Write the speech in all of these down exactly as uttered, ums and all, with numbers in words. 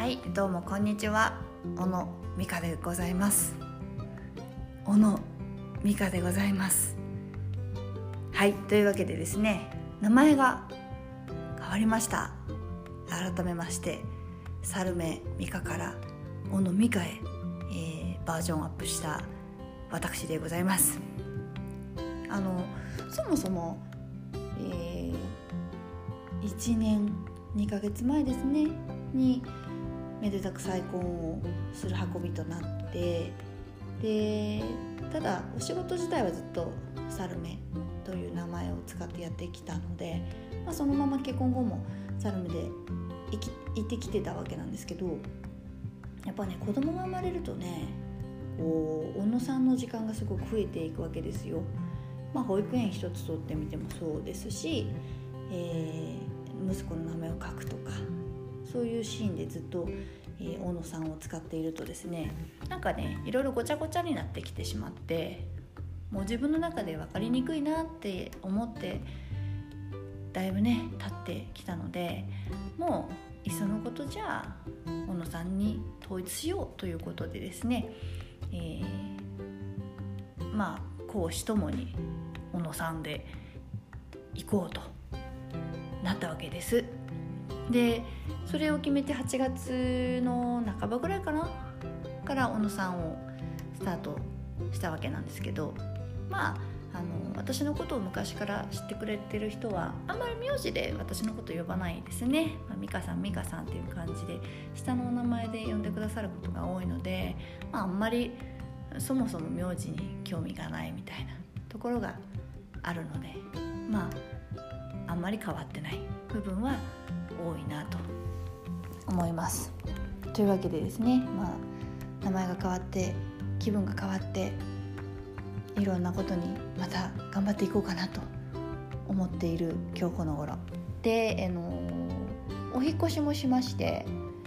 はいどうもこんにちは、小野美香でございます。小野美香でございます。はい、というわけでですね、名前が変わりました。改めましてサルメ美香から小野美香へ、えー、バージョンアップした私でございます。あのそもそも、えー、いちねんにかげつまえですねにめでたく再婚をする運びとなって、でただお仕事自体はずっとサルメという名前を使ってやってきたので、まあ、そのまま結婚後もサルメで生き生きてきてたわけなんですけど、やっぱね子供が生まれるとねこう小野さんの時間がすごく増えていくわけですよ。まあ、保育園一つとってみてもそうですし、えー、息子の名前を書くとかそういうシーンでずっと、えー、小野さんを使っているとですね、なんかねいろいろごちゃごちゃになってきてしまって、もう自分の中で分かりにくいなって思ってだいぶね経ってきたので、もういっそのことじゃあ小野さんに統一しようということでですね、えー、まあ公私ともに小野さんで行こうとなったわけです。でそれを決めてはちがつの半ばぐらいかなから小野さんをスタートしたわけなんですけど、まああの私のことを昔から知ってくれてる人はあんまり名字で私のこと呼ばないですね。まあ、美香さん美香さんっていう感じで下のお名前で呼んでくださることが多いので、まあ、あんまりそもそも名字に興味がないみたいなところがあるので、まああんまり変わってない部分は多いなと思います。というわけでですね、まあ、名前が変わって気分が変わっていろんなことにまた頑張っていこうかなと思っている今日この頃で、あのー、お引越しもしまして、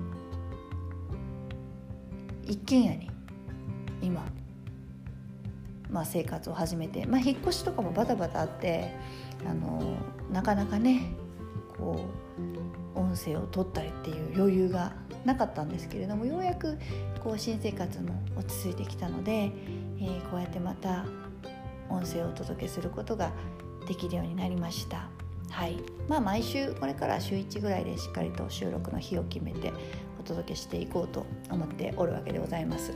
一軒家に今、まあ、生活を始めて、まあ、引っ越しとかもバタバタあって、あのー、なかなかねこう音声を取ったりっていう余裕がなかったんですけれども、ようやくこう新生活も落ち着いてきたので、えー、こうやってまた音声をお届けすることができるようになりました。はい、まあ毎週これから週いちぐらいでしっかりと収録の日を決めてお届けしていこうと思っておるわけでございます。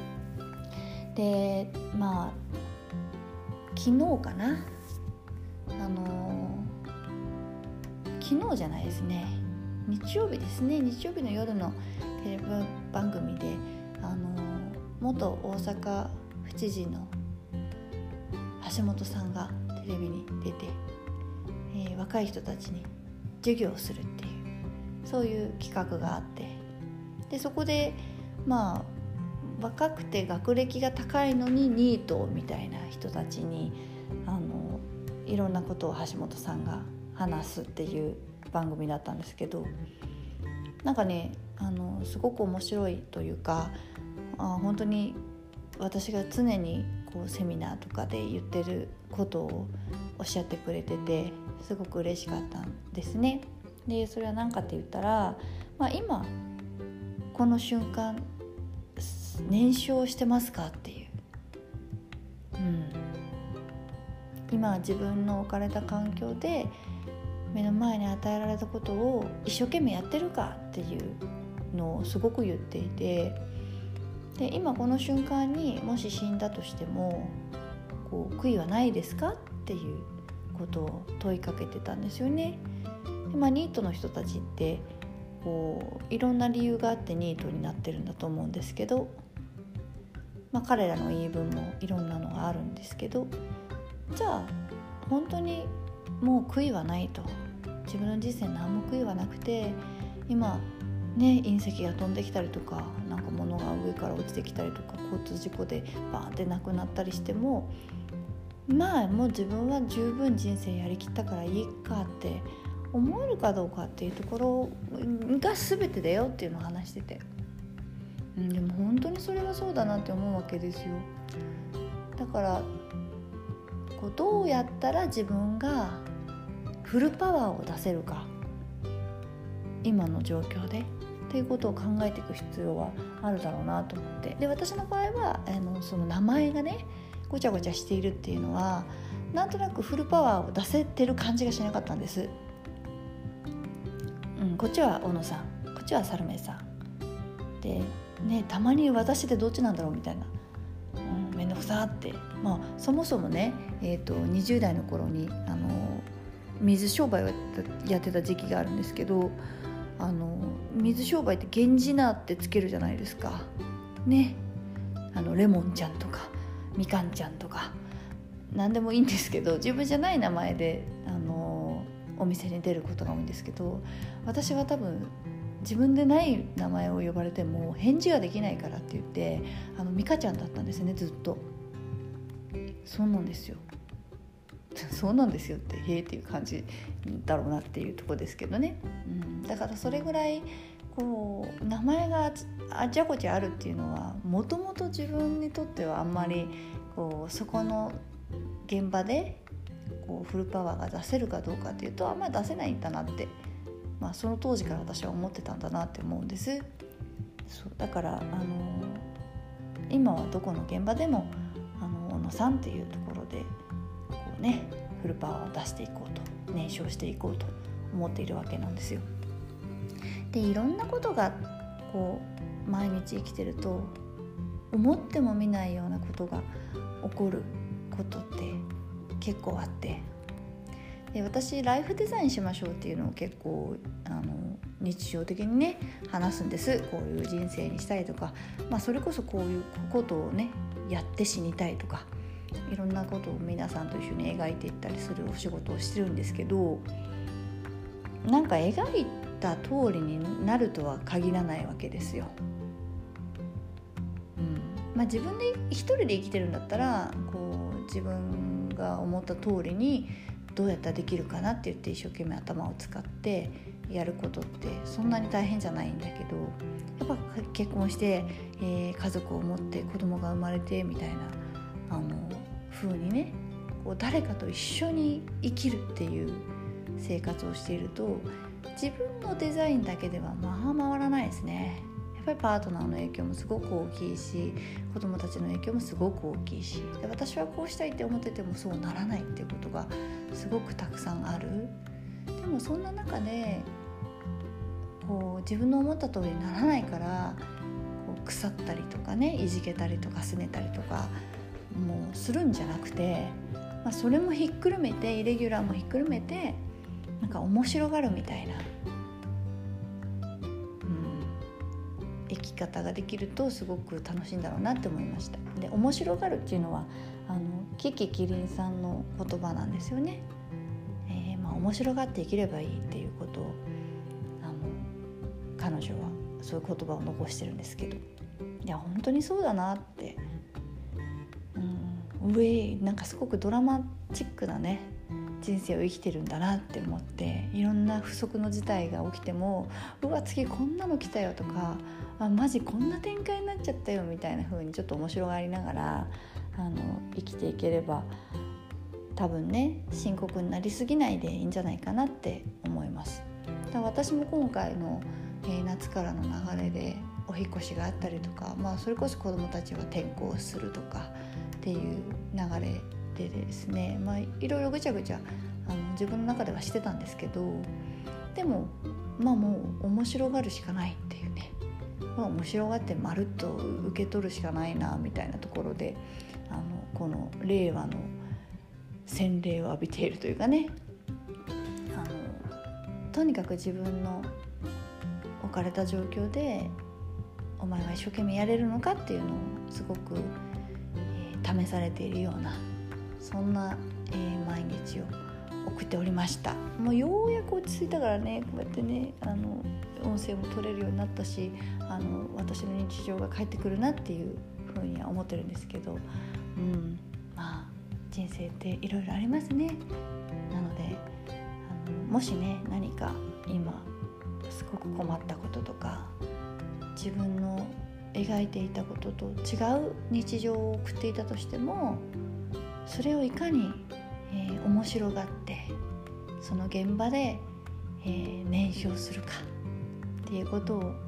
でまあ昨日かなあのー、昨日じゃないですね日曜日ですね日曜日の夜のテレビ番組で、あのー、元大阪府知事の橋本さんがテレビに出て、えー、若い人たちに授業をするっていうそういう企画があって、でそこでまあ若くて学歴が高いのにニートみたいな人たちにあのいろんなことを橋本さんが話すっていう番組だったんですけど、なんかねあのすごく面白いというか、あ本当に私が常にこうセミナーとかで言ってることをおっしゃってくれててすごく嬉しかったんですね。でそれは何かって言ったら、まあ、今この瞬間燃焼してますかっていう、うん、今自分の置かれた環境で目の前に与えられたことを一生懸命やってるかっていうのをすごく言っていて、で今この瞬間にもし死んだとしてもこう悔いはないですかっていうことを問いかけてたんですよね。で、まあ、ニートの人たちってこういろんな理由があってニートになってるんだと思うんですけど、まあ、彼らの言い分もいろんなのがあるんですけど、じゃあ本当にもう悔いはないと、自分の人生何も悔いはなくて今ね隕石が飛んできたりとかなんか物が上から落ちてきたりとか交通事故でバーンって亡くなったりしても、まあもう自分は十分人生やりきったからいいかって思えるかどうかっていうところが全てだよっていうのを話してて、うん、でも本当にそれはそうだなって思うわけですよ。だからこうどうやったら自分がフルパワーを出せるか、今の状況でっっていうことを考えていく必要はあるだろうなと思って、で私の場合はあのその名前がねごちゃごちゃしているっていうのはなんとなくフルパワーを出せてる感じがしなかったんです、うん、こっちは小野さん、こっちはサルメさんで、ね、たまに私でどっちなんだろうみたいな、うん、めんどくさって、まあ、そもそもね、えーと、にじゅう代の頃にあの水商売をやってた時期があるんですけど、あの水商売って源氏名ってつけるじゃないですかね。あのレモンちゃんとかみかんちゃんとか何でもいいんですけど、自分じゃない名前であのお店に出ることが多いんですけど、私は多分自分でない名前を呼ばれても返事ができないからって言ってあのミカちゃんだったんですね、ずっと。そうなんですよそうなんですよってへえっていう感じだろうなっていうところですけどね、うん、だからそれぐらいこう名前があちゃこちゃあるっていうのはもともと自分にとってはあんまりこうそこの現場でこうフルパワーが出せるかどうかっていうとあんまり出せないんだなって、まあ、その当時から私は思ってたんだなって思うんです。そうだから、あのー、今はどこの現場でもあの小野さんっていうところでこうねフルパワーを出していこうと、燃焼していこうと思っているわけなんですよ。でいろんなことがこう毎日生きてると思っても見ないようなことが起こることって結構あって、で私ライフデザインしましょうっていうのを結構あの日常的にね話すんです。こういう人生にしたいとか、まあ、それこそこういうことをねやって死にたいとか、いろんなことを皆さんと一緒に描いていったりするお仕事をしてるんですけど、なんか描いた通りになるとは限らないわけですよ。うんまあ、自分で一人で生きてるんだったらこう自分が思った通りにどうやったらできるかなって言って一生懸命頭を使ってやることってそんなに大変じゃないんだけど、やっぱ結婚して、えー、家族を持って子供が生まれてみたいなあの風にねこう誰かと一緒に生きるっていう生活をしていると自分のデザインだけではまあ回らないですね。やっぱりパートナーの影響もすごく大きいし、子供たちの影響もすごく大きいし、で私はこうしたいって思っててもそうならないっていうことがすごくたくさんある。でもそんな中でこう自分の思った通りにならないからこう腐ったりとかねいじけたりとか拗ねたりとかもうするんじゃなくて、まあ、それもひっくるめてイレギュラーもひっくるめてなんか面白がるみたいな、うん、生き方ができるとすごく楽しいんだろうなって思いました。で面白がるっていうのはあのキキキリンさんの言葉なんですよね。えーまあ、面白がって生きればいいっていうことをあの彼女はそういう言葉を残してるんですけど、いや本当にそうだなって、うん、上なんかすごくドラマチックなね人生を生きてるんだなって思って、いろんな不測の事態が起きてもうわ次こんなの来たよとか、あマジこんな展開になっちゃったよみたいな風にちょっと面白がりながらあの生きていければ多分ね深刻になりすぎないでいいんじゃないかなって思います。だから私も今回の、えー、夏からの流れでお引越しがあったりとか、まあ、それこそ子どもたちは転校するとかっていう流れでですね、まあ、いろいろぐちゃぐちゃあの自分の中ではしてたんですけど、でもまあもう面白がるしかないっていうね、まあ、面白がってまるっと受け取るしかないなみたいなところであのこの令和の洗礼を浴びているというかね、あのとにかく自分の置かれた状況でお前は一生懸命やれるのかっていうのをすごく、えー、試されているようなそんな、えー、毎日を送っておりました。もうようやく落ち着いたからねこうやってねあの音声も取れるようになったし、あの私の日常が返ってくるなっていうふうには思ってるんですけど、うん、まあ人生っていろいろありますね。なのであのもしね何か今すごく困ったこととか自分の描いていたことと違う日常を送っていたとしても、それをいかに、えー、面白がってその現場で、えー、燃焼するかっていうことを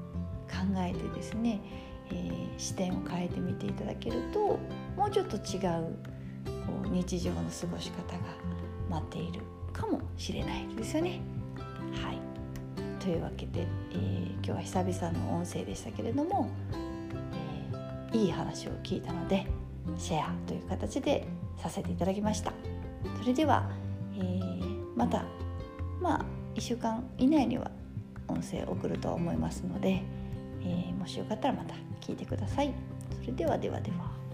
えてですね、えー、視点を変えてみていただけると、もうちょっと違うこう日常の過ごし方が待っているかもしれないですよね。はい、というわけで、えー、今日は久々の音声でしたけれども、えー、いい話を聞いたのでシェアという形でさせていただきました。それでは、えー、またまあいっしゅうかん以内には音声を送ると思いますので、えー、もしよかったらまた聞いてください。それではではでは。